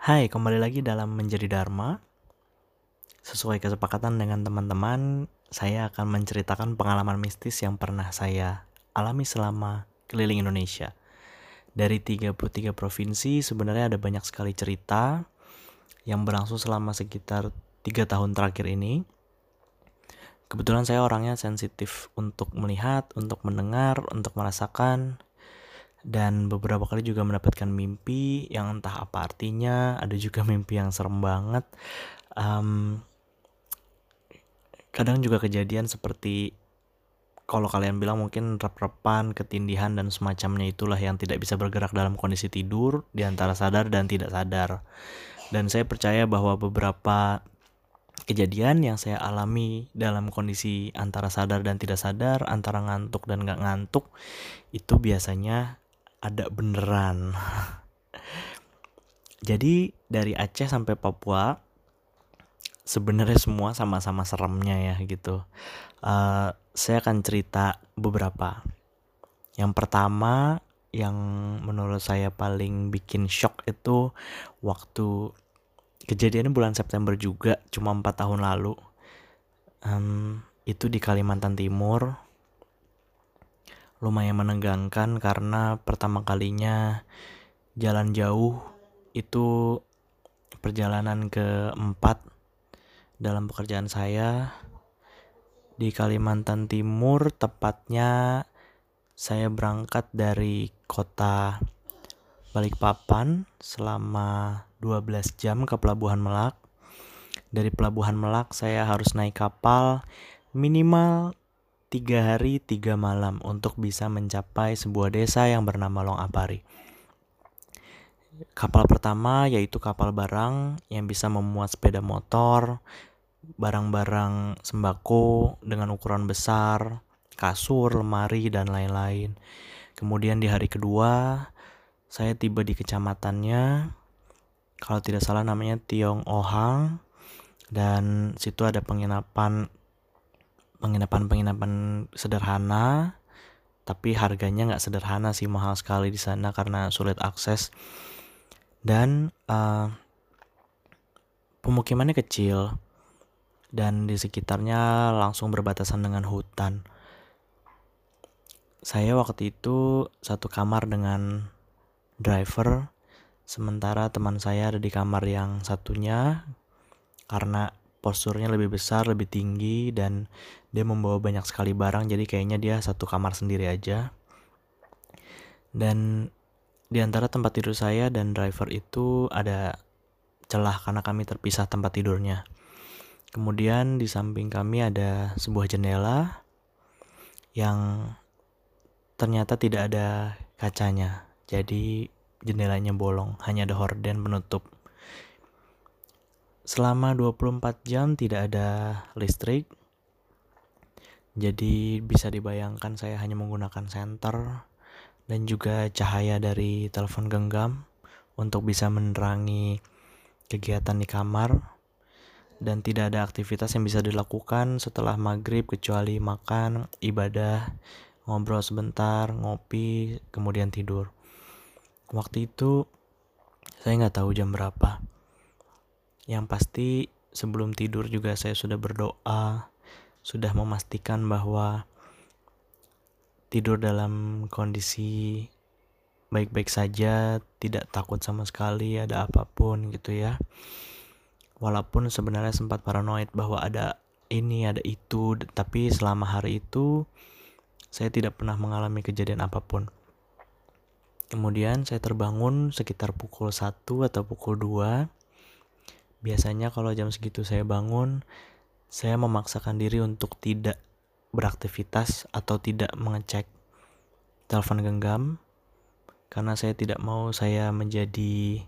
Hai, kembali lagi dalam Menjadi Dharma. Sesuai kesepakatan dengan teman-teman, saya akan menceritakan pengalaman mistis yang pernah saya alami selama keliling Indonesia. Dari 33 provinsi, sebenarnya ada banyak sekali cerita yang berlangsung selama sekitar 3 tahun terakhir ini. Kebetulan saya orangnya sensitif untuk melihat, untuk mendengar, untuk merasakan, dan beberapa kali juga mendapatkan mimpi yang entah apa artinya. Ada juga mimpi yang serem banget. Kadang juga kejadian seperti kalau kalian bilang mungkin rep-repan, ketindihan dan semacamnya, itulah yang tidak bisa bergerak dalam kondisi tidur di antara sadar dan tidak sadar. Dan saya percaya bahwa beberapa kejadian yang saya alami dalam kondisi antara sadar dan tidak sadar, antara ngantuk dan gak ngantuk, itu biasanya ada beneran. Jadi dari Aceh sampai Papua sebenarnya semua sama-sama seremnya ya gitu. Saya akan cerita beberapa. Yang pertama, yang menurut saya paling bikin shock itu waktu kejadiannya bulan September juga, cuma 4 tahun lalu. Itu di Kalimantan Timur. Lumayan menegangkan karena pertama kalinya jalan jauh, itu perjalanan keempat dalam pekerjaan saya di Kalimantan Timur. Tepatnya saya berangkat dari kota Balikpapan selama 12 jam ke Pelabuhan Merak. Dari Pelabuhan Merak saya harus naik kapal minimal 3 hari 3 malam untuk bisa mencapai sebuah desa yang bernama Long Apari. Kapal pertama yaitu kapal barang yang bisa memuat sepeda motor, barang-barang sembako dengan ukuran besar, kasur, lemari, dan lain-lain. Kemudian di hari kedua, saya tiba di kecamatannya, kalau tidak salah namanya Tiong Ohang, dan situ ada penginapan sederhana, tapi harganya nggak sederhana sih, mahal sekali di sana karena sulit akses. Dan pemukimannya kecil dan di sekitarnya langsung berbatasan dengan hutan. Saya waktu itu satu kamar dengan driver, sementara teman saya ada di kamar yang satunya karena posturnya lebih besar, lebih tinggi, dan dia membawa banyak sekali barang, jadi kayaknya dia satu kamar sendiri aja. Dan di antara tempat tidur saya dan driver itu ada celah karena kami terpisah tempat tidurnya. Kemudian di samping kami ada sebuah jendela yang ternyata tidak ada kacanya. Jadi jendelanya bolong, hanya ada horden penutup. Selama 24 jam tidak ada listrik. Jadi bisa dibayangkan saya hanya menggunakan senter dan juga cahaya dari telepon genggam untuk bisa menerangi kegiatan di kamar. Dan tidak ada aktivitas yang bisa dilakukan setelah maghrib kecuali makan, ibadah, ngobrol sebentar, ngopi, kemudian tidur. Waktu itu saya nggak tahu jam berapa. Yang pasti sebelum tidur juga saya sudah berdoa, sudah memastikan bahwa tidur dalam kondisi baik-baik saja, tidak takut sama sekali ada apapun gitu ya. Walaupun sebenarnya sempat paranoid bahwa ada ini, ada itu, tapi selama hari itu saya tidak pernah mengalami kejadian apapun. Kemudian saya terbangun sekitar pukul 1 atau pukul 2. Biasanya kalau jam segitu saya bangun, saya memaksakan diri untuk tidak beraktivitas atau tidak mengecek telepon genggam, karena saya tidak mau saya menjadi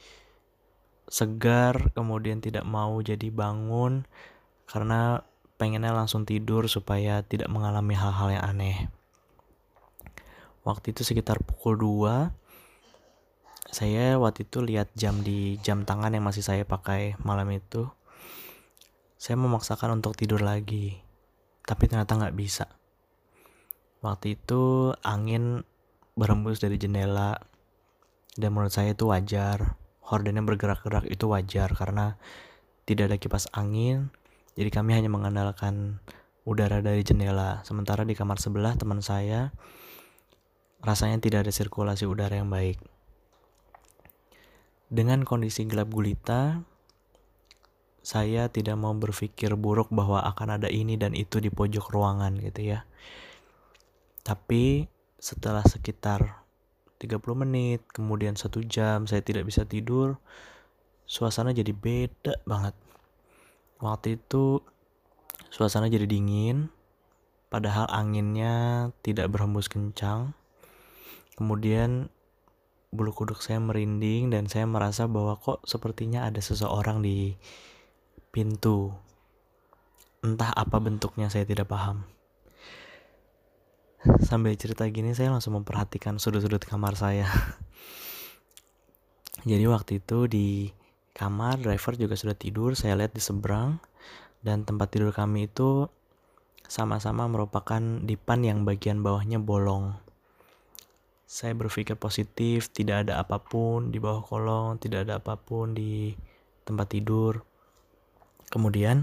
segar, kemudian tidak mau jadi bangun, karena pengennya langsung tidur supaya tidak mengalami hal-hal yang aneh. Waktu itu sekitar pukul 2, saya waktu itu lihat jam di jam tangan yang masih saya pakai malam itu. Saya memaksakan untuk tidur lagi, tapi ternyata gak bisa. Waktu itu angin berhembus dari jendela, dan menurut saya itu wajar. hordennya bergerak-gerak itu wajar karena tidak ada kipas angin, jadi kami hanya mengandalkan udara dari jendela. Sementara di kamar sebelah teman saya rasanya tidak ada sirkulasi udara yang baik. Dengan kondisi gelap gulita, saya tidak mau berpikir buruk bahwa akan ada ini dan itu di pojok ruangan gitu ya. Tapi setelah sekitar 30 menit, kemudian 1 jam saya tidak bisa tidur, suasana jadi beda banget. Waktu itu suasana jadi dingin, padahal anginnya tidak berhembus kencang. Kemudian bulu kuduk saya merinding dan saya merasa bahwa kok sepertinya ada seseorang di pintu. Entah apa bentuknya, saya tidak paham. Sambil cerita gini saya langsung memperhatikan sudut-sudut kamar saya. Jadi waktu itu di kamar driver juga sudah tidur, saya lihat di seberang, dan tempat tidur kami itu sama-sama merupakan dipan yang bagian bawahnya bolong. Saya berpikir positif, tidak ada apapun di bawah kolong, tidak ada apapun di tempat tidur. Kemudian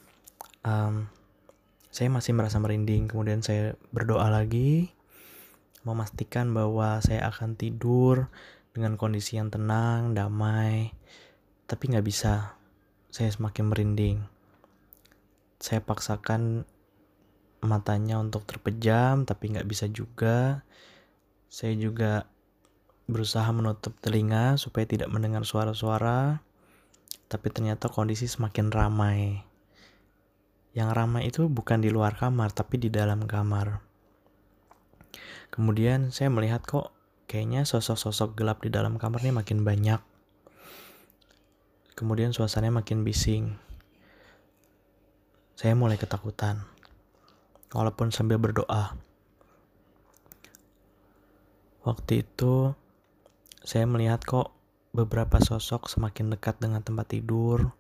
saya masih merasa merinding, kemudian saya berdoa lagi, memastikan bahwa saya akan tidur dengan kondisi yang tenang, damai. Tapi gak bisa, saya semakin merinding. Saya paksakan matanya untuk terpejam, tapi gak bisa juga. Saya juga berusaha menutup telinga supaya tidak mendengar suara-suara. Tapi ternyata kondisi semakin ramai. Yang ramai itu bukan di luar kamar, tapi di dalam kamar. Kemudian saya melihat kok kayaknya sosok-sosok gelap di dalam kamar ini makin banyak. Kemudian suasananya makin bising. Saya mulai ketakutan, walaupun sambil berdoa. Waktu itu saya melihat kok beberapa sosok semakin dekat dengan tempat tidur.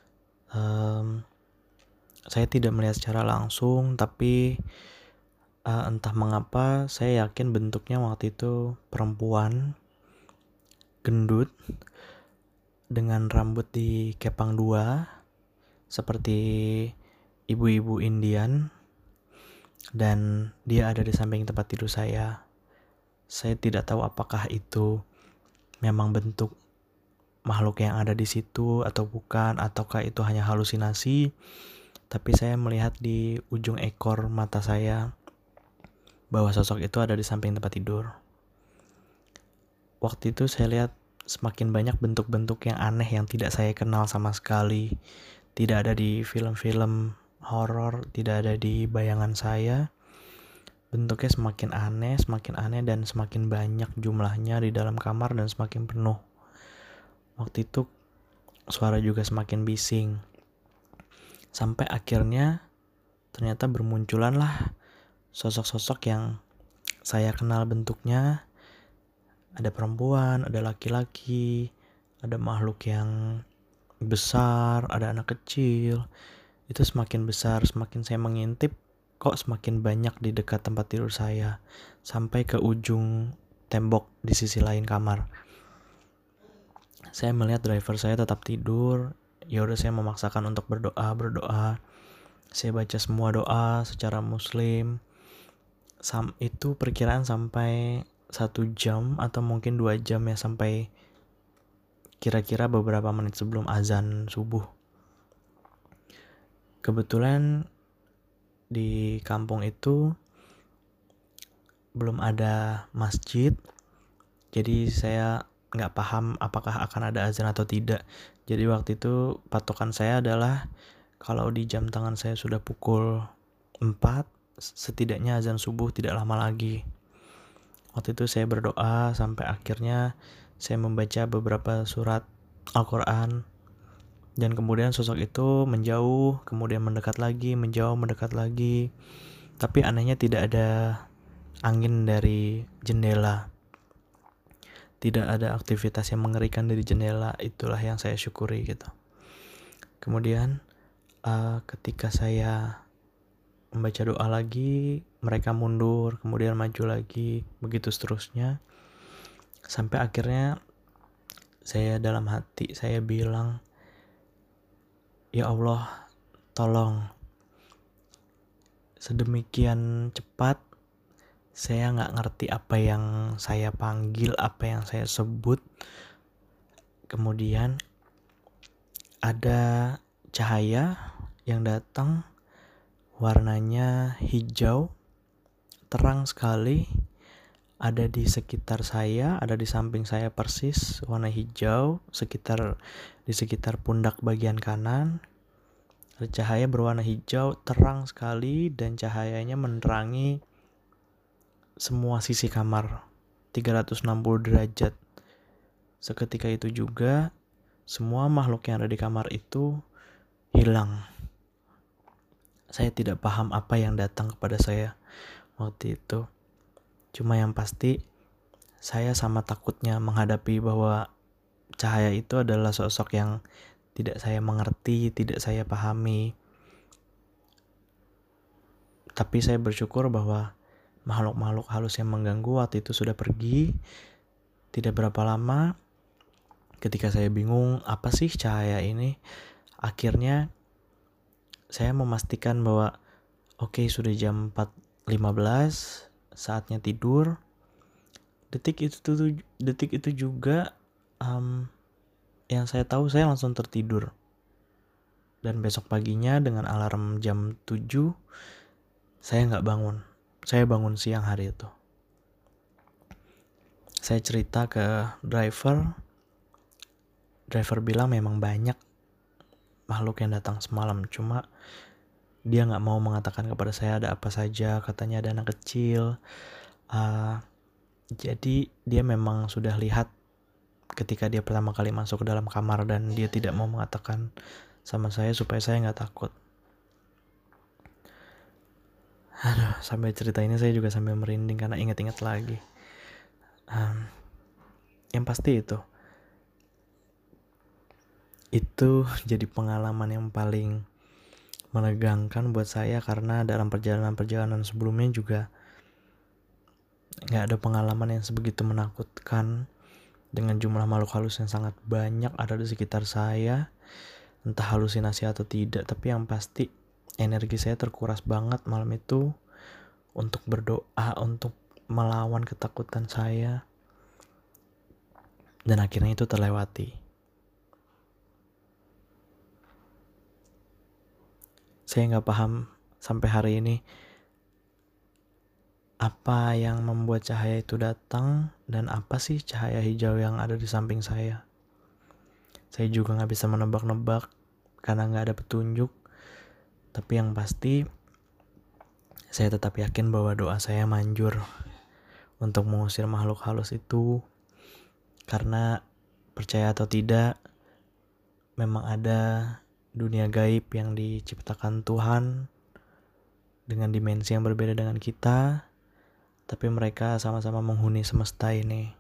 Saya tidak melihat secara langsung, tapi entah mengapa saya yakin bentuknya waktu itu perempuan, gendut, dengan rambut dikepang 2, seperti ibu-ibu Indian, dan dia ada di samping tempat tidur saya. Saya tidak tahu apakah itu memang bentuk makhluk yang ada di situ atau bukan, ataukah itu hanya halusinasi. Tapi saya melihat di ujung ekor mata saya bahwa sosok itu ada di samping tempat tidur. Waktu itu saya lihat semakin banyak bentuk-bentuk yang aneh yang tidak saya kenal sama sekali. Tidak ada di film-film horor, tidak ada di bayangan saya. Bentuknya semakin aneh dan semakin banyak jumlahnya di dalam kamar dan semakin penuh. Waktu itu suara juga semakin bising. Sampai akhirnya ternyata bermunculanlah sosok-sosok yang saya kenal bentuknya. Ada perempuan, ada laki-laki, ada makhluk yang besar, ada anak kecil. Itu semakin besar, semakin saya mengintip, kok semakin banyak di dekat tempat tidur saya, sampai ke ujung tembok di sisi lain kamar. Saya melihat driver saya tetap tidur. Ya udah, saya memaksakan untuk berdoa. Saya baca semua doa secara muslim. Itu perkiraan sampai 1 jam atau mungkin 2 jam ya, sampai kira-kira beberapa menit sebelum azan subuh. Kebetulan di kampung itu belum ada masjid, jadi saya nggak paham apakah akan ada azan atau tidak. Jadi waktu itu patokan saya adalah kalau di jam tangan saya sudah pukul 4, setidaknya azan subuh tidak lama lagi. Waktu itu saya berdoa sampai akhirnya saya membaca beberapa surat Al-Quran. Dan kemudian sosok itu menjauh, kemudian mendekat lagi, menjauh, mendekat lagi. Tapi anehnya tidak ada angin dari jendela. Tidak ada aktivitas yang mengerikan dari jendela. Itulah yang saya syukuri gitu. Kemudian ketika saya membaca doa lagi, mereka mundur, kemudian maju lagi, begitu seterusnya. Sampai akhirnya Saya dalam hati, saya bilang, ya Allah, tolong. Sedemikian cepat, saya nggak ngerti apa yang saya panggil, apa yang saya sebut. Kemudian ada cahaya yang datang, warnanya hijau, terang sekali, ada di sekitar saya, ada di samping saya persis, warna hijau, di sekitar pundak bagian kanan. Ada cahaya berwarna hijau, terang sekali, dan cahayanya menerangi semua sisi kamar, 360 derajat. Seketika itu juga, semua makhluk yang ada di kamar itu hilang. Saya tidak paham apa yang datang kepada saya waktu itu. Cuma yang pasti, saya sama takutnya menghadapi bahwa cahaya itu adalah sosok yang tidak saya mengerti, tidak saya pahami. Tapi saya bersyukur bahwa makhluk-makhluk halus yang mengganggu waktu itu sudah pergi. Tidak berapa lama, ketika saya bingung apa sih cahaya ini, akhirnya saya memastikan bahwa oke, sudah jam 4.15, saatnya tidur. Detik itu juga yang saya tahu saya langsung tertidur. Dan besok paginya dengan alarm jam 7, saya nggak bangun. Saya bangun siang hari itu. Saya cerita ke driver bilang memang banyak makhluk yang datang semalam. Cuma dia nggak mau mengatakan kepada saya ada apa saja. Katanya ada anak kecil. Jadi dia memang sudah lihat ketika dia pertama kali masuk ke dalam kamar, dan dia tidak mau mengatakan sama saya supaya saya nggak takut. Aduh, sampai cerita ini saya juga sambil merinding karena ingat-ingat lagi. Yang pasti itu jadi pengalaman yang paling menegangkan buat saya, karena dalam perjalanan sebelumnya juga nggak ada pengalaman yang sebegitu menakutkan dengan jumlah makhluk halus yang sangat banyak ada di sekitar saya. Entah halusinasi atau tidak, tapi yang pasti energi saya terkuras banget malam itu untuk berdoa, untuk melawan ketakutan saya. Dan akhirnya itu terlewati. Saya nggak paham sampai hari ini apa yang membuat cahaya itu datang, dan apa sih cahaya hijau yang ada di samping saya. Saya juga nggak bisa menebak-nebak karena nggak ada petunjuk. Tapi yang pasti, saya tetap yakin bahwa doa saya manjur untuk mengusir makhluk halus itu. Karena percaya atau tidak, memang ada dunia gaib yang diciptakan Tuhan dengan dimensi yang berbeda dengan kita, tapi mereka sama-sama menghuni semesta ini.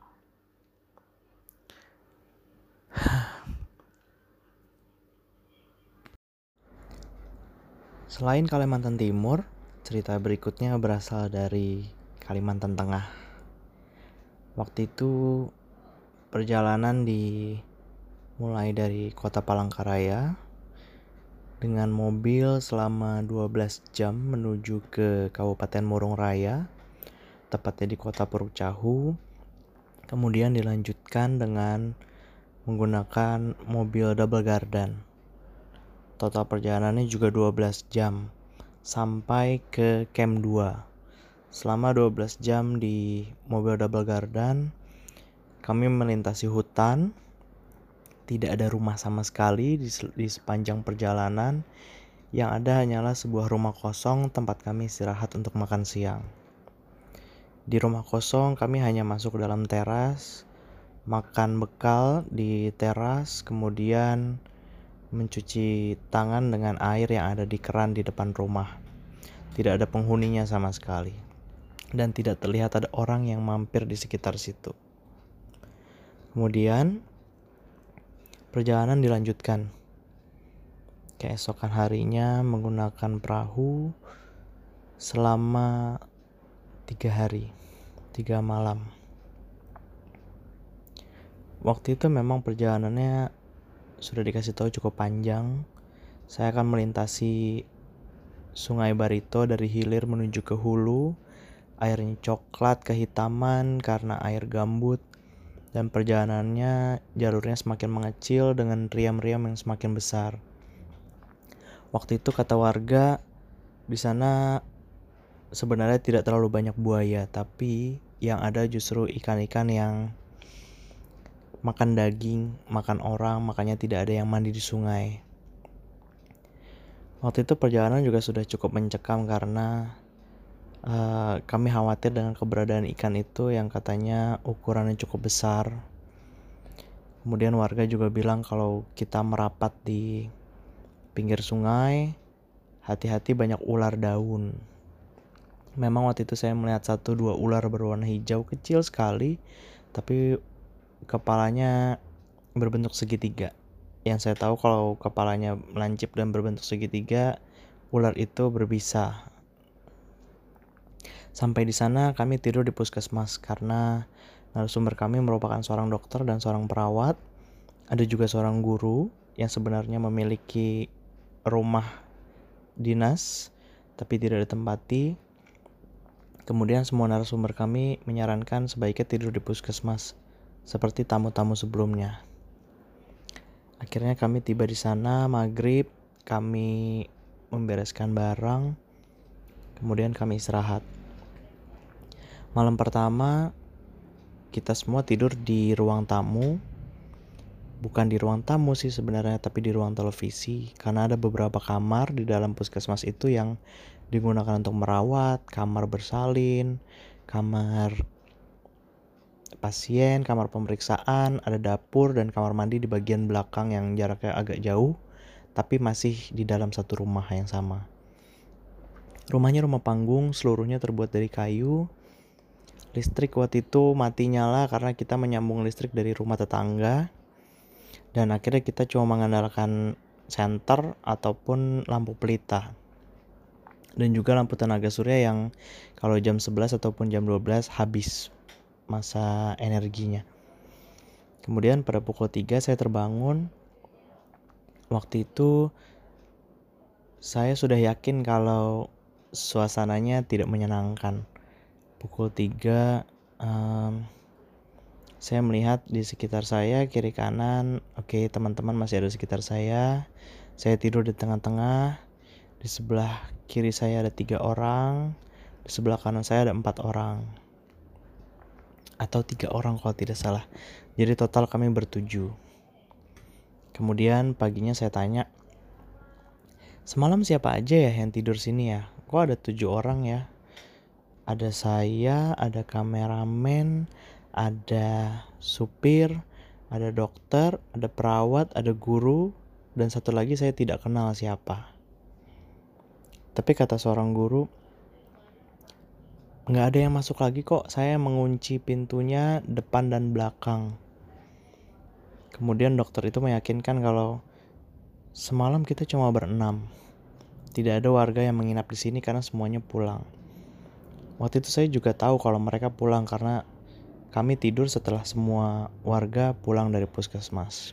Selain Kalimantan Timur, cerita berikutnya berasal dari Kalimantan Tengah. Waktu itu perjalanan mulai dari kota Palangkaraya dengan mobil selama 12 jam menuju ke Kabupaten Murung Raya, tepatnya di kota Puruk Cahu. Kemudian dilanjutkan dengan menggunakan mobil double gardan. Total perjalanannya juga 12 jam sampai ke Camp 2. Selama 12 jam di mobil double gardan, kami melintasi hutan. Tidak ada rumah sama sekali di sepanjang perjalanan. Yang ada hanyalah sebuah rumah kosong tempat kami istirahat untuk makan siang. Di rumah kosong kami hanya masuk ke dalam teras, makan bekal di teras, kemudian mencuci tangan dengan air yang ada di keran di depan rumah. Tidak ada penghuninya sama sekali, dan tidak terlihat ada orang yang mampir di sekitar situ. Kemudian perjalanan dilanjutkan. Keesokan harinya menggunakan perahu selama 3 hari, 3 malam. Waktu itu memang perjalanannya sudah dikasih tahu cukup panjang. Saya akan melintasi Sungai Barito dari hilir menuju ke hulu. Airnya coklat kehitaman karena air gambut. Dan perjalanannya jalurnya semakin mengecil dengan riam-riam yang semakin besar. Waktu itu kata warga, di sana sebenarnya tidak terlalu banyak buaya, tapi yang ada justru ikan-ikan yang makan daging, makan orang, makanya tidak ada yang mandi di sungai. Waktu itu perjalanan juga sudah cukup mencekam karena kami khawatir dengan keberadaan ikan itu yang katanya ukurannya cukup besar. Kemudian warga juga bilang kalau kita merapat di pinggir sungai, hati-hati banyak ular daun. Memang waktu itu saya melihat 1-2 ular berwarna hijau kecil sekali, tapi kepalanya berbentuk segitiga. Yang saya tahu kalau kepalanya melancip dan berbentuk segitiga, ular itu berbisa. Sampai di sana kami tidur di puskesmas karena narasumber kami merupakan seorang dokter dan seorang perawat. Ada juga seorang guru yang sebenarnya memiliki rumah dinas tapi tidak ditempati. Kemudian semua narasumber kami menyarankan sebaiknya tidur di puskesmas seperti tamu-tamu sebelumnya. Akhirnya kami tiba di sana maghrib, kami membereskan barang, kemudian kami istirahat. Malam pertama kita semua tidur di ruang tamu. Bukan di ruang tamu sih sebenarnya, tapi di ruang televisi. Karena ada beberapa kamar di dalam puskesmas itu yang digunakan untuk merawat, kamar bersalin, kamar pasien, kamar pemeriksaan, ada dapur dan kamar mandi di bagian belakang yang jaraknya agak jauh, tapi masih di dalam satu rumah yang sama. Rumahnya rumah panggung, seluruhnya terbuat dari kayu. Listrik waktu itu mati nyala karena kita menyambung listrik dari rumah tetangga. Dan akhirnya kita cuma mengandalkan senter ataupun lampu pelita. Dan juga lampu tenaga surya yang kalau jam 11 ataupun jam 12 habis masa energinya. Kemudian pada pukul 3 saya terbangun. Waktu itu saya sudah yakin kalau suasananya tidak menyenangkan. Pukul 3 saya melihat di sekitar saya, kiri kanan, oke, teman-teman masih ada di sekitar saya. Saya tidur di tengah-tengah. Di sebelah kiri saya ada 3 orang. Di sebelah kanan saya ada 4 orang. Atau 3 orang kalau tidak salah. Jadi total kami bertujuh. Kemudian paginya saya tanya, semalam siapa aja ya yang tidur sini ya? Kok ada 7 orang ya? Ada saya, ada kameramen, ada supir, ada dokter, ada perawat, ada guru, dan satu lagi saya tidak kenal siapa. Tapi kata seorang guru, nggak ada yang masuk lagi kok, saya mengunci pintunya depan dan belakang. Kemudian dokter itu meyakinkan kalau semalam kita cuma berenam. Tidak ada warga yang menginap di sini karena semuanya pulang. Waktu itu saya juga tahu kalau mereka pulang karena kami tidur setelah semua warga pulang dari puskesmas.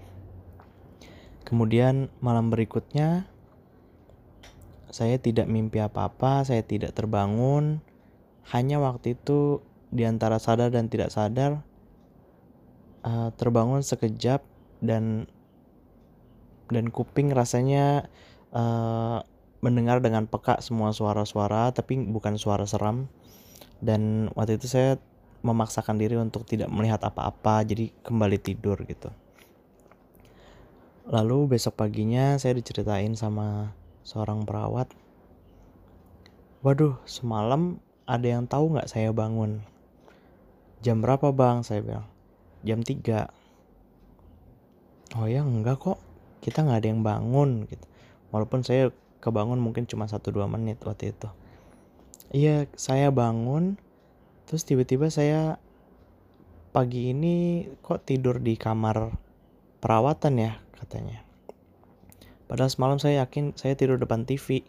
Kemudian malam berikutnya saya tidak mimpi apa-apa, saya tidak terbangun. Hanya waktu itu di antara sadar dan tidak sadar terbangun sekejap dan kuping rasanya mendengar dengan peka semua suara-suara, tapi bukan suara seram. Dan waktu itu saya memaksakan diri untuk tidak melihat apa-apa, jadi kembali tidur gitu. Lalu besok paginya saya diceritain sama seorang perawat, waduh, semalam ada yang tahu gak saya bangun? Jam berapa bang? Saya bilang, jam 3. Oh ya enggak kok, kita gak ada yang bangun gitu. Walaupun saya kebangun mungkin cuma 1-2 menit waktu itu. Iya, saya bangun, terus tiba-tiba saya pagi ini kok tidur di kamar perawatan ya katanya. Padahal semalam saya yakin saya tidur depan TV.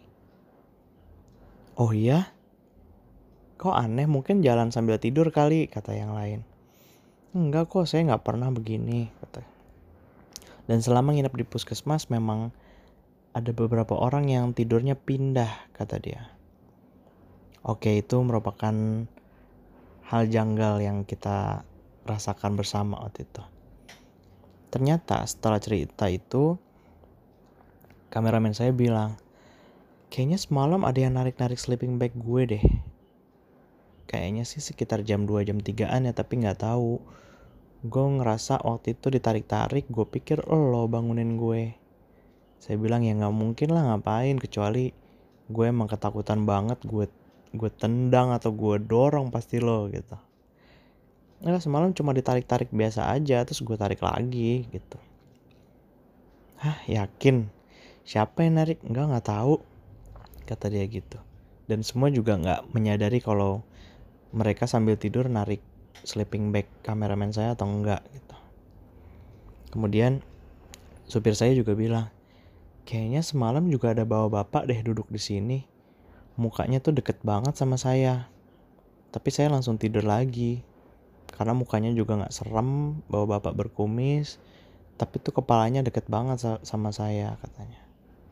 Oh iya? Kok aneh, mungkin jalan sambil tidur kali, kata yang lain. Enggak kok, saya nggak pernah begini, kata. Dan selama nginep di puskesmas memang ada beberapa orang yang tidurnya pindah, kata dia. Oke, itu merupakan hal janggal yang kita rasakan bersama waktu itu. Ternyata setelah cerita itu, kameramen saya bilang, kayaknya semalam ada yang narik-narik sleeping bag gue deh. Kayaknya sih sekitar jam 2 jam 3-an ya, tapi gak tahu. Gue ngerasa waktu itu ditarik-tarik, gue pikir lo bangunin gue. Saya bilang ya gak mungkin lah, ngapain, kecuali gue emang ketakutan banget, gue tendang atau gue dorong pasti lo gitu. Nah, semalam cuma ditarik-tarik biasa aja, terus gue tarik lagi gitu. Hah, yakin? Siapa yang narik? Enggak tahu, kata dia gitu. Dan semua juga nggak menyadari kalau mereka sambil tidur narik sleeping bag kameramen saya atau enggak gitu. Kemudian supir saya juga bilang, kayaknya semalam juga ada bawa bapak deh duduk di sini. Mukanya tuh deket banget sama saya. Tapi saya langsung tidur lagi. Karena mukanya juga nggak serem, bawa bapak berkumis. Tapi tuh kepalanya deket banget sama saya, katanya.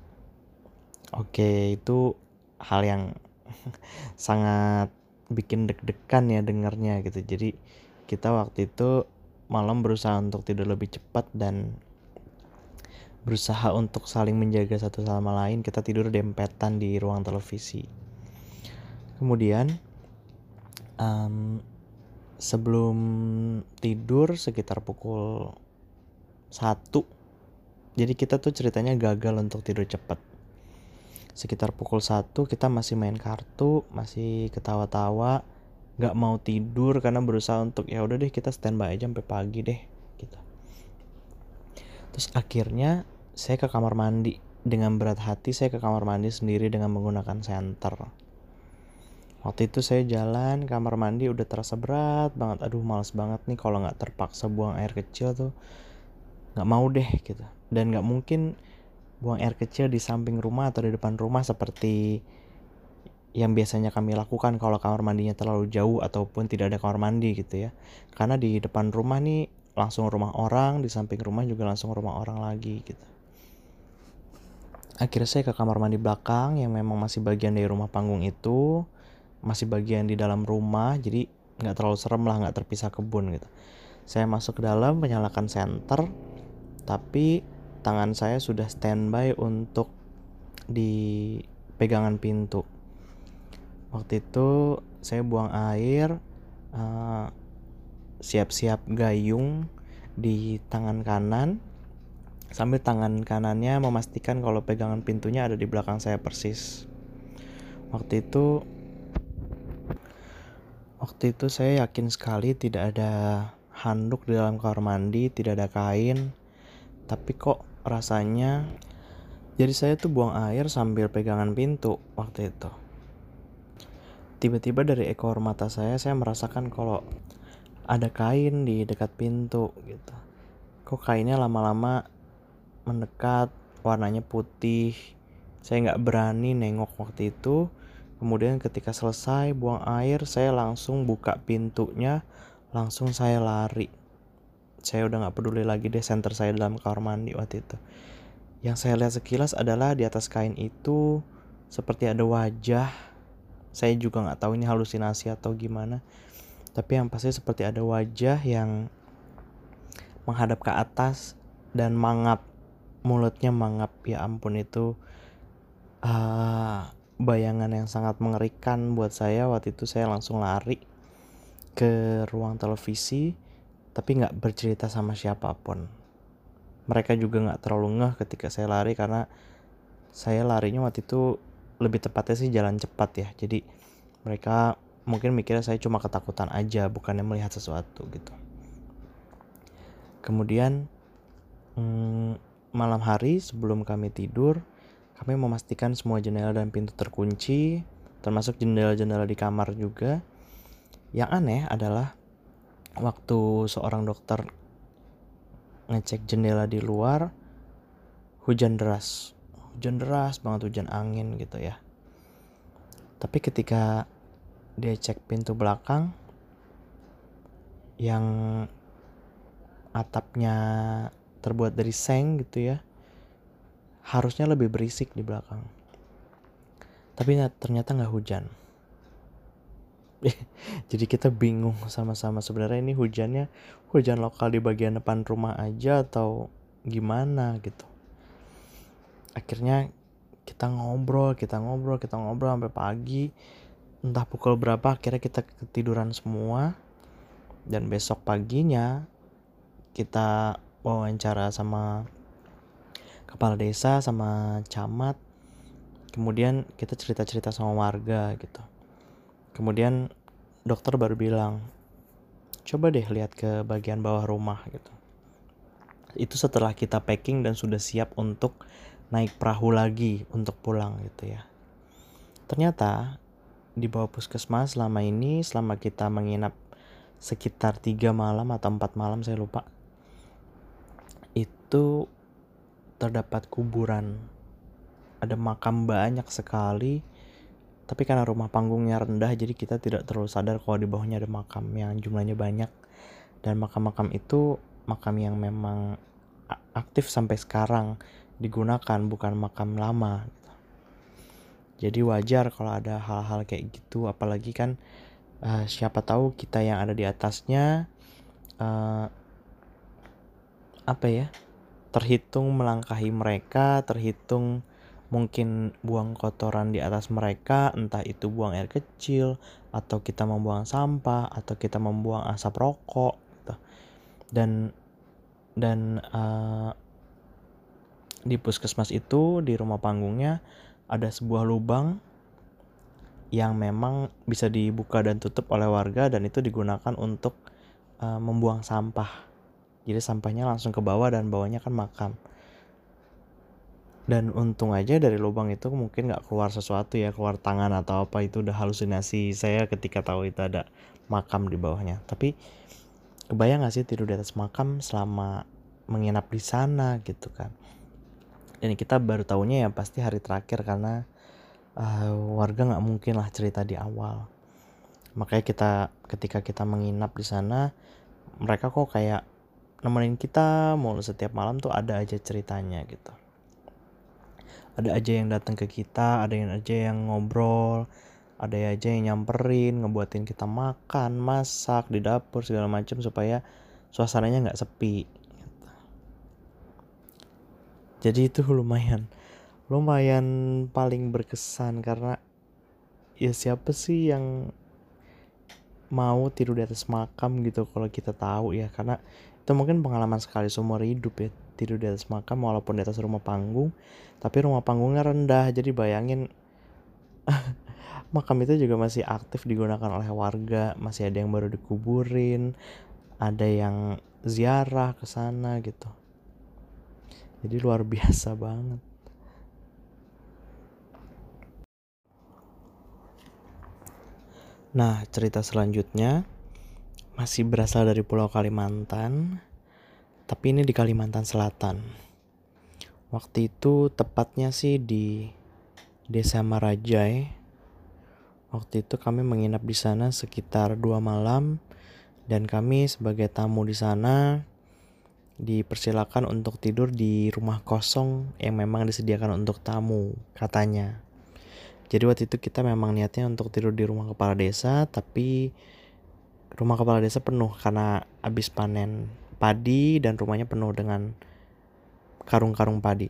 Oke, itu hal yang sangat bikin deg-degan ya dengarnya gitu. Jadi kita waktu itu malam berusaha untuk tidur lebih cepat dan berusaha untuk saling menjaga satu sama lain. Kita tidur dempetan di ruang televisi. Kemudian sebelum tidur sekitar pukul 1, jadi kita tuh ceritanya gagal untuk tidur cepat. Sekitar pukul 1 kita masih main kartu, masih ketawa-tawa, gak mau tidur karena berusaha untuk ya udah deh kita standby aja sampai pagi deh gitu. Terus akhirnya saya ke kamar mandi. Dengan berat hati saya ke kamar mandi sendiri dengan menggunakan senter. Waktu itu saya jalan kamar mandi udah terasa berat banget. Aduh males banget nih kalau gak terpaksa buang air kecil tuh. Gak mau deh gitu. Dan gak mungkin buang air kecil di samping rumah atau di depan rumah seperti yang biasanya kami lakukan kalau kamar mandinya terlalu jauh ataupun tidak ada kamar mandi gitu ya. Karena di depan rumah nih langsung rumah orang, di samping rumah juga langsung rumah orang lagi gitu. Akhirnya saya ke kamar mandi belakang yang memang masih bagian dari rumah panggung itu, masih bagian di dalam rumah, jadi nggak terlalu serem lah, nggak terpisah kebun gitu. Saya masuk ke dalam, menyalakan senter, tapi tangan saya sudah standby untuk di pegangan pintu. Waktu itu saya buang air, siap-siap gayung di tangan kanan, sambil tangan kanannya memastikan kalau pegangan pintunya ada di belakang saya persis. Waktu itu saya yakin sekali tidak ada handuk di dalam kamar mandi, tidak ada kain. Tapi kok rasanya, jadi saya tuh buang air sambil pegangan pintu waktu itu. Tiba-tiba dari ekor mata saya merasakan kalau ada kain di dekat pintu gitu. Kok kainnya lama-lama mendekat, warnanya putih. Saya gak berani nengok waktu itu. Kemudian ketika selesai buang air, saya langsung buka pintunya, langsung saya lari. Saya udah gak peduli lagi deh senter saya dalam kamar mandi waktu itu. Yang saya lihat sekilas adalah di atas kain itu seperti ada wajah. Saya juga gak tahu ini halusinasi atau gimana. Tapi yang pasti seperti ada wajah yang menghadap ke atas dan mangap. Mulutnya mangap, ya ampun itu bayangan yang sangat mengerikan buat saya. Waktu itu saya langsung lari ke ruang televisi, tapi gak bercerita sama siapapun. Mereka juga gak terlalu ngeh ketika saya lari, karena saya larinya waktu itu lebih tepatnya sih jalan cepat ya. Jadi mereka mungkin mikirnya saya cuma ketakutan aja, bukannya melihat sesuatu gitu. Kemudian malam hari sebelum kami tidur, kami memastikan semua jendela dan pintu terkunci, termasuk jendela-jendela di kamar juga. Yang aneh adalah waktu seorang dokter ngecek jendela di luar, hujan deras banget, hujan angin gitu ya. Tapi ketika dia cek pintu belakang, yang atapnya terbuat dari seng gitu ya, harusnya lebih berisik di belakang. Tapi ternyata nggak hujan. Jadi kita bingung sama-sama, sebenarnya ini hujan lokal di bagian depan rumah aja atau gimana gitu. Akhirnya kita ngobrol sampai pagi. Entah pukul berapa akhirnya kita ketiduran semua. Dan besok paginya kita wawancara sama kepala desa, sama camat. Kemudian kita cerita-cerita sama warga gitu. Kemudian dokter baru bilang, coba deh lihat ke bagian bawah rumah gitu. Itu setelah kita packing dan sudah siap untuk naik perahu lagi untuk pulang gitu ya. Ternyata di bawah puskesmas selama kita menginap sekitar 3 malam atau 4 malam, saya lupa, itu terdapat kuburan. Ada makam banyak sekali. Tapi karena rumah panggungnya rendah, jadi kita tidak terlalu sadar kalau di bawahnya ada makam yang jumlahnya banyak. Dan makam-makam itu makam yang memang aktif sampai sekarang digunakan, bukan makam lama. Jadi wajar kalau ada hal-hal kayak gitu, apalagi kan siapa tahu kita yang ada di atasnya terhitung melangkahi mereka, terhitung mungkin buang kotoran di atas mereka, entah itu buang air kecil, atau kita membuang sampah, atau kita membuang asap rokok gitu. Dan di puskesmas itu, di rumah panggungnya ada sebuah lubang yang memang bisa dibuka dan tutup oleh warga, dan itu digunakan untuk membuang sampah. Jadi sampahnya langsung ke bawah, dan bawahnya kan makam. Dan untung aja dari lubang itu mungkin gak keluar sesuatu ya, keluar tangan atau apa, itu udah halusinasi saya ketika tahu itu ada makam di bawahnya. Tapi kebayang gak sih tidur di atas makam selama menginap di sana gitu kan. Dan kita baru tahunya ya pasti hari terakhir, karena warga gak mungkin lah cerita di awal. Makanya ketika kita menginap di sana, mereka kok kayak nemenin kita mulu setiap malam tuh, ada aja ceritanya gitu. Ada aja yang datang ke kita, ada yang aja yang ngobrol, ada aja yang nyamperin, ngebuatin kita makan, masak di dapur segala macam supaya suasananya nggak sepi. Jadi itu lumayan paling berkesan, karena ya siapa sih yang mau tidur di atas makam gitu kalau kita tahu ya, karena itu mungkin pengalaman sekali seumur hidup ya, tidur di atas makam walaupun di atas rumah panggung, tapi rumah panggungnya rendah. Jadi bayangin makam itu juga masih aktif digunakan oleh warga, masih ada yang baru dikuburin, ada yang ziarah ke sana gitu. Jadi luar biasa banget. Nah, cerita selanjutnya masih berasal dari Pulau Kalimantan, tapi ini di Kalimantan Selatan. Waktu itu tepatnya sih di Desa Marajai. Waktu itu kami menginap di sana sekitar 2 malam, dan kami sebagai tamu di sana dipersilakan untuk tidur di rumah kosong yang memang disediakan untuk tamu katanya. Jadi waktu itu kita memang niatnya untuk tidur di rumah kepala desa, tapi rumah kepala desa penuh karena habis panen padi dan rumahnya penuh dengan karung-karung padi.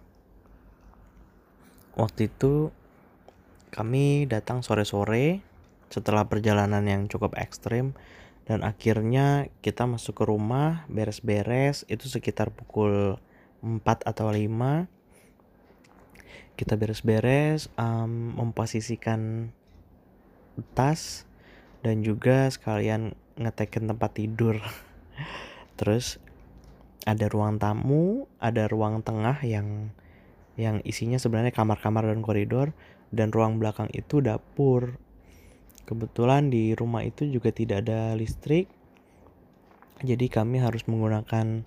Waktu itu kami datang sore-sore setelah perjalanan yang cukup ekstrim, dan akhirnya kita masuk ke rumah, beres-beres, itu sekitar pukul 4 atau 5. Kita beres-beres, memposisikan tas, dan juga sekalian ngetekin tempat tidur. Terus ada ruang tamu, ada ruang tengah yang isinya sebenarnya kamar-kamar dan koridor, dan ruang belakang itu dapur. Kebetulan di rumah itu juga tidak ada listrik, jadi kami harus menggunakan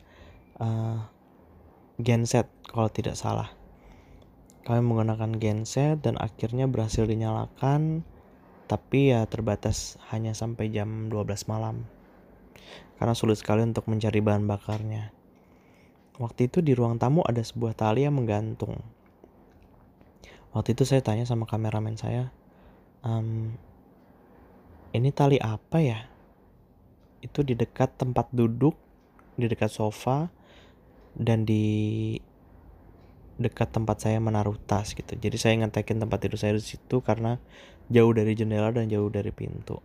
genset kalau tidak salah. Kami menggunakan genset dan akhirnya berhasil dinyalakan, tapi ya terbatas hanya sampai jam 12 malam. karena sulit sekali untuk mencari bahan bakarnya. Waktu itu di ruang tamu ada sebuah tali yang menggantung. Waktu itu saya tanya sama kameramen saya, ini tali apa ya? Itu di dekat tempat duduk, di dekat sofa, dan di dekat tempat saya menaruh tas gitu. Jadi saya ngetekin tempat tidur saya di situ karena jauh dari jendela dan jauh dari pintu.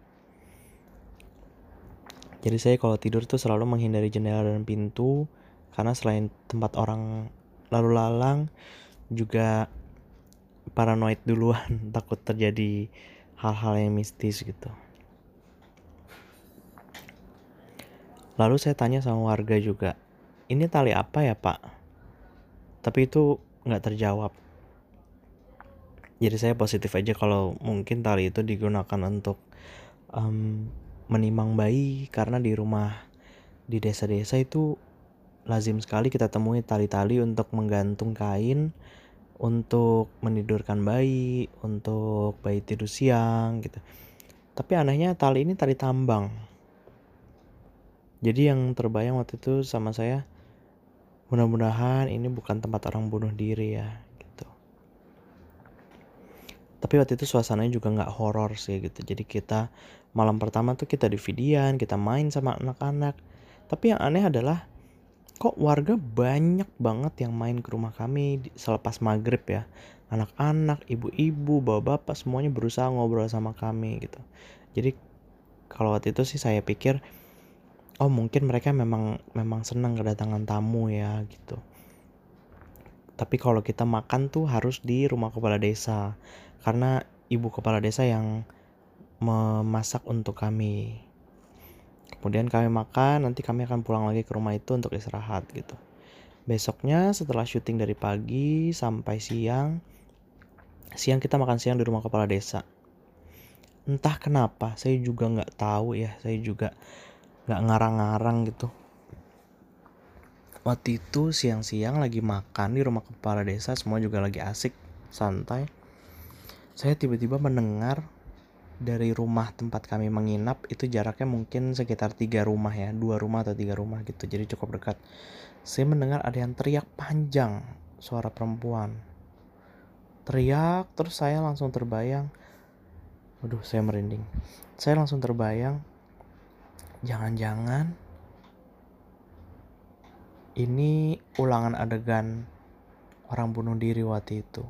Jadi saya kalau tidur tuh selalu menghindari jendela dan pintu, karena selain tempat orang lalu lalang, juga paranoid duluan, takut terjadi hal-hal yang mistis gitu. Lalu saya tanya sama warga juga, ini tali apa ya Pak? Tapi itu gak terjawab. Jadi saya positif aja kalau mungkin tali itu digunakan untuk menimang bayi, karena di desa-desa itu lazim sekali kita temui tali-tali untuk menggantung kain, untuk menidurkan bayi, untuk bayi tidur siang gitu. Tapi anehnya tali ini tali tambang. Jadi yang terbayang waktu itu sama saya, mudah-mudahan ini bukan tempat orang bunuh diri ya gitu. Tapi waktu itu suasananya juga gak horor sih gitu. Jadi kita malam pertama tuh kita di Vidian, kita main sama anak-anak. Tapi yang aneh adalah kok warga banyak banget yang main ke rumah kami selepas maghrib ya. Anak-anak, ibu-ibu, bapak-bapak semuanya berusaha ngobrol sama kami gitu. Jadi kalau waktu itu sih saya pikir, oh mungkin mereka memang senang kedatangan tamu ya gitu. Tapi kalau kita makan tuh harus di rumah kepala desa, karena ibu kepala desa yang memasak untuk kami. Kemudian kami makan, nanti kami akan pulang lagi ke rumah itu untuk istirahat gitu. Besoknya setelah syuting dari pagi sampai siang kita makan siang di rumah kepala desa. Entah kenapa, saya juga gak tahu ya, saya juga gak ngarang-ngarang gitu. Waktu itu siang-siang lagi makan di rumah kepala desa, semua juga lagi asik, santai. Saya tiba-tiba mendengar dari rumah tempat kami menginap, itu jaraknya mungkin sekitar 3 rumah ya, 2 rumah atau 3 rumah gitu, jadi cukup dekat. Saya mendengar ada yang teriak panjang, suara perempuan. Teriak, terus saya langsung terbayang, waduh saya merinding. Saya langsung terbayang, jangan-jangan ini ulangan adegan orang bunuh diri waktu itu.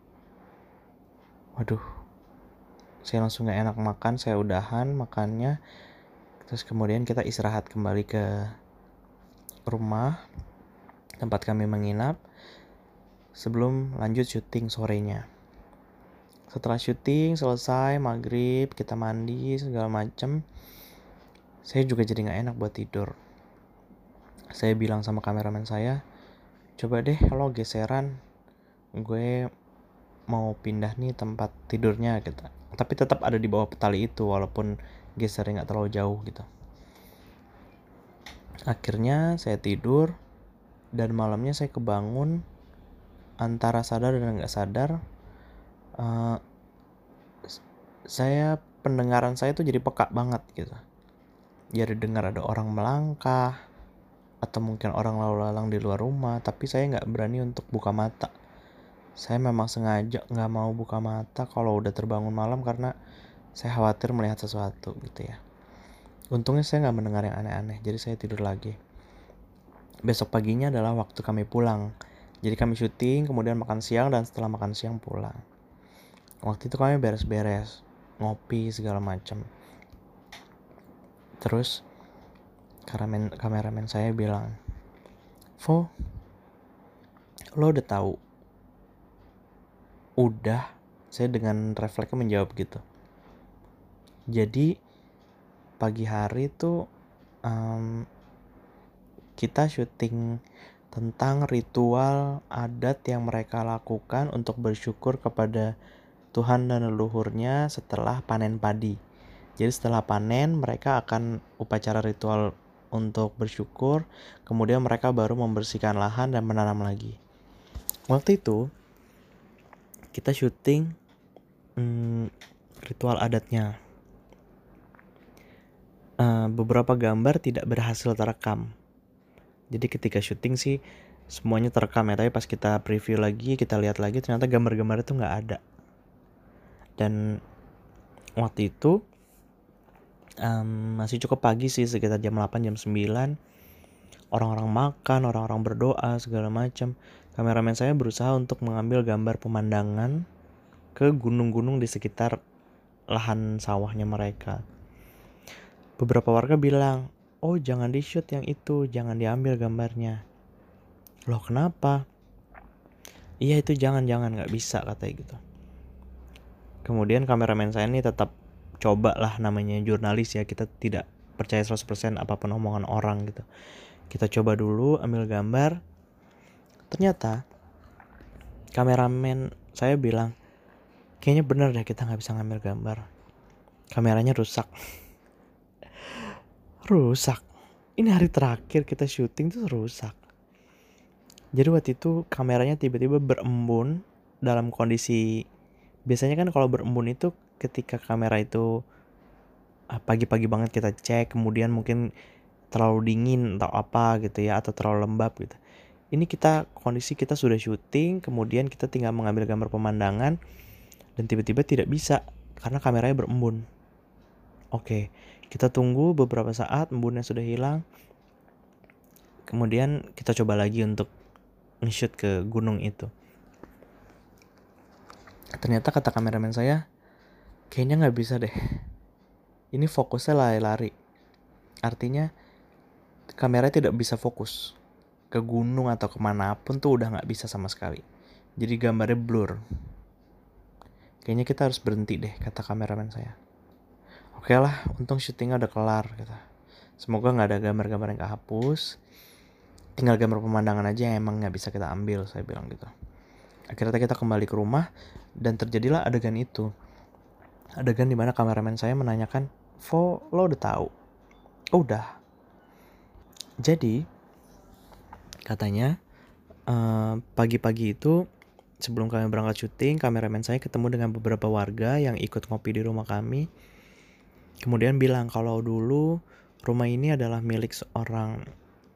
Waduh, saya langsung gak enak makan, saya udahan makannya. Terus kemudian kita istirahat kembali ke rumah tempat kami menginap sebelum lanjut syuting sorenya. Setelah syuting selesai maghrib, kita mandi segala macem, saya juga jadi gak enak buat tidur. Saya bilang sama kameramen saya, coba deh lo geseran, gue mau pindah nih tempat tidurnya gitu. Tapi tetap ada di bawah tali itu walaupun gesernya gak terlalu jauh gitu. Akhirnya saya tidur, dan malamnya saya kebangun antara sadar dan gak sadar. Pendengaran saya tuh jadi peka banget gitu. Jadi dengar ada orang melangkah, atau mungkin orang lalu lalang di luar rumah, tapi saya gak berani untuk buka mata. Saya memang sengaja gak mau buka mata kalau udah terbangun malam, karena saya khawatir melihat sesuatu gitu ya. Untungnya saya gak mendengar yang aneh-aneh, jadi saya tidur lagi. Besok paginya adalah waktu kami pulang. Jadi kami syuting, kemudian makan siang, dan setelah makan siang pulang. Waktu itu kami beres-beres, ngopi segala macam. Terus kameramen saya bilang, "Vo, lo udah tahu?" Udah, saya dengan refleksnya menjawab gitu. Jadi pagi hari tuh kita syuting tentang ritual adat yang mereka lakukan untuk bersyukur kepada Tuhan dan leluhurnya setelah panen padi. Jadi setelah panen mereka akan upacara ritual untuk bersyukur, kemudian mereka baru membersihkan lahan dan menanam lagi. Waktu itu kita syuting ritual adatnya. beberapa gambar tidak berhasil terekam. Jadi ketika syuting sih semuanya terekam ya, tapi pas kita preview lagi, kita lihat lagi, ternyata gambar-gambar itu nggak ada. Dan waktu itu masih cukup pagi sih, sekitar jam 8, jam 9. Orang-orang makan, orang-orang berdoa, segala macam. Kameramen saya berusaha untuk mengambil gambar pemandangan ke gunung-gunung di sekitar lahan sawahnya mereka. Beberapa warga bilang, oh jangan di shoot yang itu, jangan diambil gambarnya. Loh kenapa? Iya itu jangan, gak bisa katanya gitu. Kemudian kameramen saya ini tetap coba lah, namanya jurnalis ya, kita tidak percaya 100% apapun omongan orang gitu. Kita coba dulu ambil gambar. Ternyata kameramen saya bilang, kayaknya bener deh kita gak bisa ngambil gambar. Kameranya rusak. Rusak. Ini hari terakhir kita syuting tuh rusak. Jadi waktu itu kameranya tiba-tiba berembun dalam kondisi, biasanya kan kalau berembun itu ketika kamera itu pagi-pagi banget kita cek, kemudian mungkin terlalu dingin atau apa gitu ya, atau terlalu lembab gitu. Ini kondisi kita sudah syuting, kemudian kita tinggal mengambil gambar pemandangan dan tiba-tiba tidak bisa karena kameranya berembun. Oke, kita tunggu beberapa saat, embunnya sudah hilang. Kemudian kita coba lagi untuk nge-shoot ke gunung itu. Ternyata kata kameramen saya, kayaknya gak bisa deh. Ini fokusnya lari-lari. Artinya kamera tidak bisa fokus ke gunung atau kemanapun tuh udah gak bisa sama sekali. Jadi gambarnya blur. Kayaknya kita harus berhenti deh, kata kameramen saya. Oke lah, untung syutingnya udah kelar gitu. Semoga gak ada gambar-gambar yang kehapus. Tinggal gambar pemandangan aja yang emang gak bisa kita ambil, saya bilang gitu. Akhirnya kita kembali ke rumah dan terjadilah adegan itu. Adegan dimana kameramen saya menanyakan, "Vo, lo udah tahu?" Oh, udah. Jadi katanya pagi-pagi itu sebelum kami berangkat syuting, kameramen saya ketemu dengan beberapa warga yang ikut ngopi di rumah kami. Kemudian bilang kalau dulu rumah ini adalah milik seorang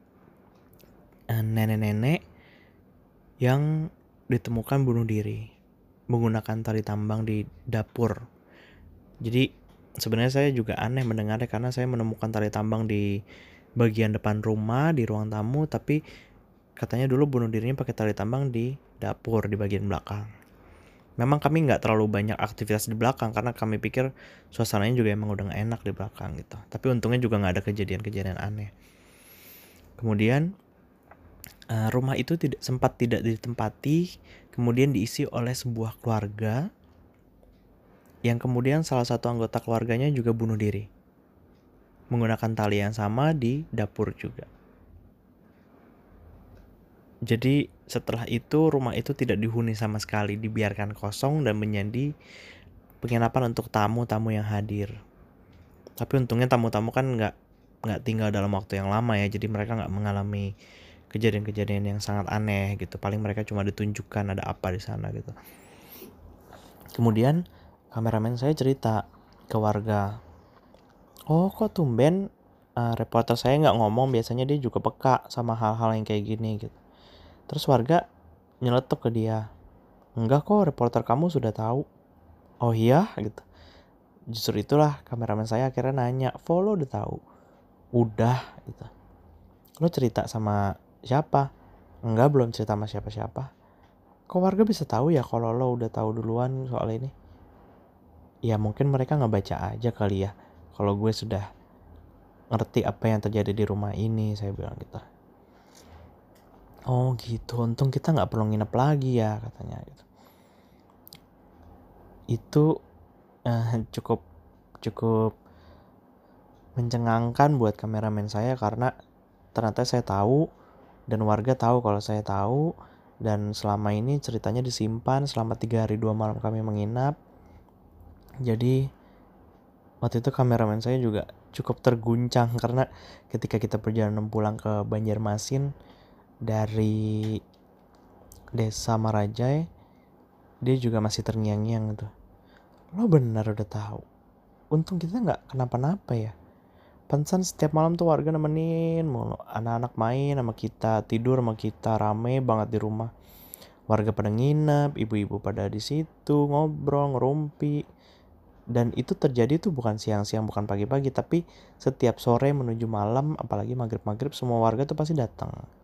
nenek-nenek yang ditemukan bunuh diri menggunakan tali tambang di dapur. Jadi sebenarnya saya juga aneh mendengarnya karena saya menemukan tali tambang di bagian depan rumah di ruang tamu, tapi katanya dulu bunuh dirinya pakai tali tambang di dapur di bagian belakang. Memang kami nggak terlalu banyak aktivitas di belakang karena kami pikir suasananya juga emang udah nggak enak di belakang gitu. Tapi untungnya juga nggak ada kejadian-kejadian aneh. Kemudian rumah itu sempat tidak ditempati, kemudian diisi oleh sebuah keluarga yang kemudian salah satu anggota keluarganya juga bunuh diri menggunakan tali yang sama di dapur juga. Jadi setelah itu rumah itu tidak dihuni sama sekali, dibiarkan kosong dan menjadi penginapan untuk tamu-tamu yang hadir. Tapi untungnya tamu-tamu kan nggak tinggal dalam waktu yang lama ya, jadi mereka nggak mengalami kejadian-kejadian yang sangat aneh gitu. Paling mereka cuma ditunjukkan ada apa di sana gitu. Kemudian kameramen saya cerita ke warga, oh kok tumben reporter saya nggak ngomong, biasanya dia juga peka sama hal-hal yang kayak gini gitu. Terus warga nyeletuk ke dia, enggak kok reporter kamu sudah tahu. Oh iya gitu. Justru itulah kameramen saya akhirnya nanya, "Vo, lo udah tahu?" Udah gitu. Lo cerita sama siapa? Enggak, belum cerita sama siapa-siapa. Kok warga bisa tahu ya kalau lo udah tahu duluan soal ini? Ya mungkin mereka nggak baca aja kali ya. Kalau gue sudah ngerti apa yang terjadi di rumah ini, saya bilang gitu. Oh gitu, untung kita nggak perlu nginep lagi ya, katanya gitu. Itu cukup mencengangkan buat kameramen saya karena ternyata saya tahu dan warga tahu kalau saya tahu, dan selama ini ceritanya disimpan selama 3 hari 2 malam kami menginap. Jadi waktu itu kameramen saya juga cukup terguncang karena ketika kita perjalanan pulang ke Banjarmasin dari desa Marajai, dia juga masih terngiang-ngiang tuh. Lo benar udah tahu. Untung kita nggak kenapa-napa ya. Pantesan setiap malam tuh warga nemenin mulu. Anak-anak main sama kita, tidur sama kita, rame banget di rumah. Warga pada nginep, ibu-ibu pada di situ ngobrol, ngerumpi. Dan itu terjadi tuh bukan siang-siang, bukan pagi-pagi, tapi setiap sore menuju malam, apalagi maghrib-maghrib semua warga tuh pasti datang.